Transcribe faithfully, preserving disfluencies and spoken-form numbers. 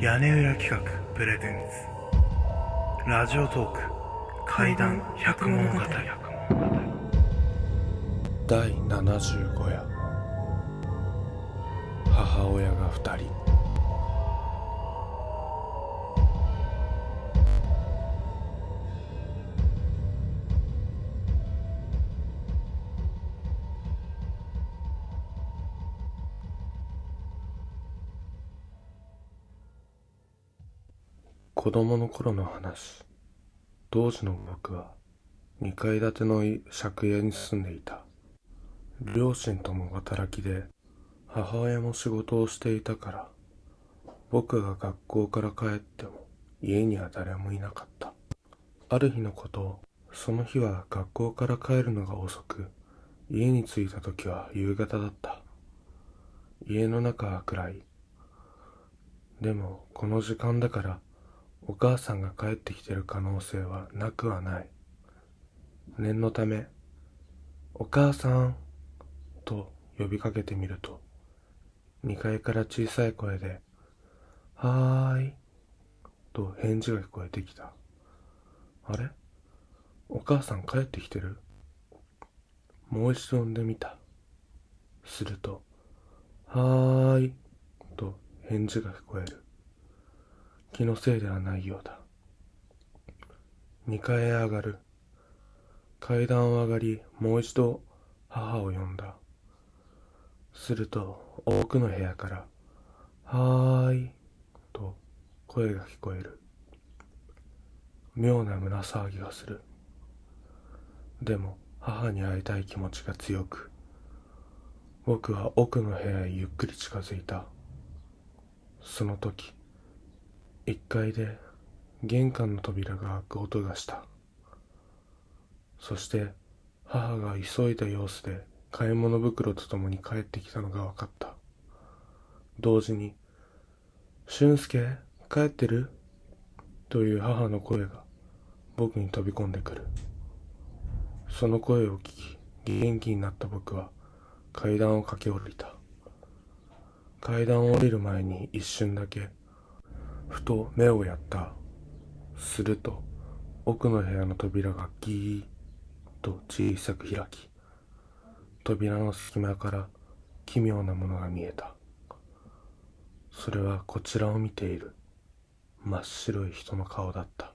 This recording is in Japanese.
屋根裏企画プレゼンツラジオトーク怪談百物語だいななじゅうご夜、母親がふたり。子供の頃の話。当時の僕はにかい建ての借家に住んでいた。両親とも働きで、母親も仕事をしていたから、僕が学校から帰っても家には誰もいなかった。ある日のこと、その日は学校から帰るのが遅く、家に着いた時は夕方だった。家の中は暗い。でもこの時間だからお母さんが帰ってきてる可能性はなくはない。念のため、お母さんと呼びかけてみると、にかいから小さい声で、はーいと返事が聞こえてきた。あれ？お母さん帰ってきてる？もう一度呼んでみた。すると、はーいと返事が聞こえる。気のせいではないようだ。にかいへ上がる。階段を上がり、もう一度母を呼んだ。すると、奥の部屋から、はーいと声が聞こえる。妙な胸騒ぎがする。でも母に会いたい気持ちが強く、僕は奥の部屋へゆっくり近づいた。その時、一階で玄関の扉が開く音がした。そして母が急いだ様子で買い物袋とともに帰ってきたのが分かった。同時に、俊介、帰ってる？という母の声が僕に飛び込んでくる。その声を聞き、元気になった僕は階段を駆け下りた。階段を降りる前に一瞬だけ、ふと目をやった。すると、奥の部屋の扉がギーッと小さく開き、扉の隙間から奇妙なものが見えた。それはこちらを見ている真っ白い人の顔だった。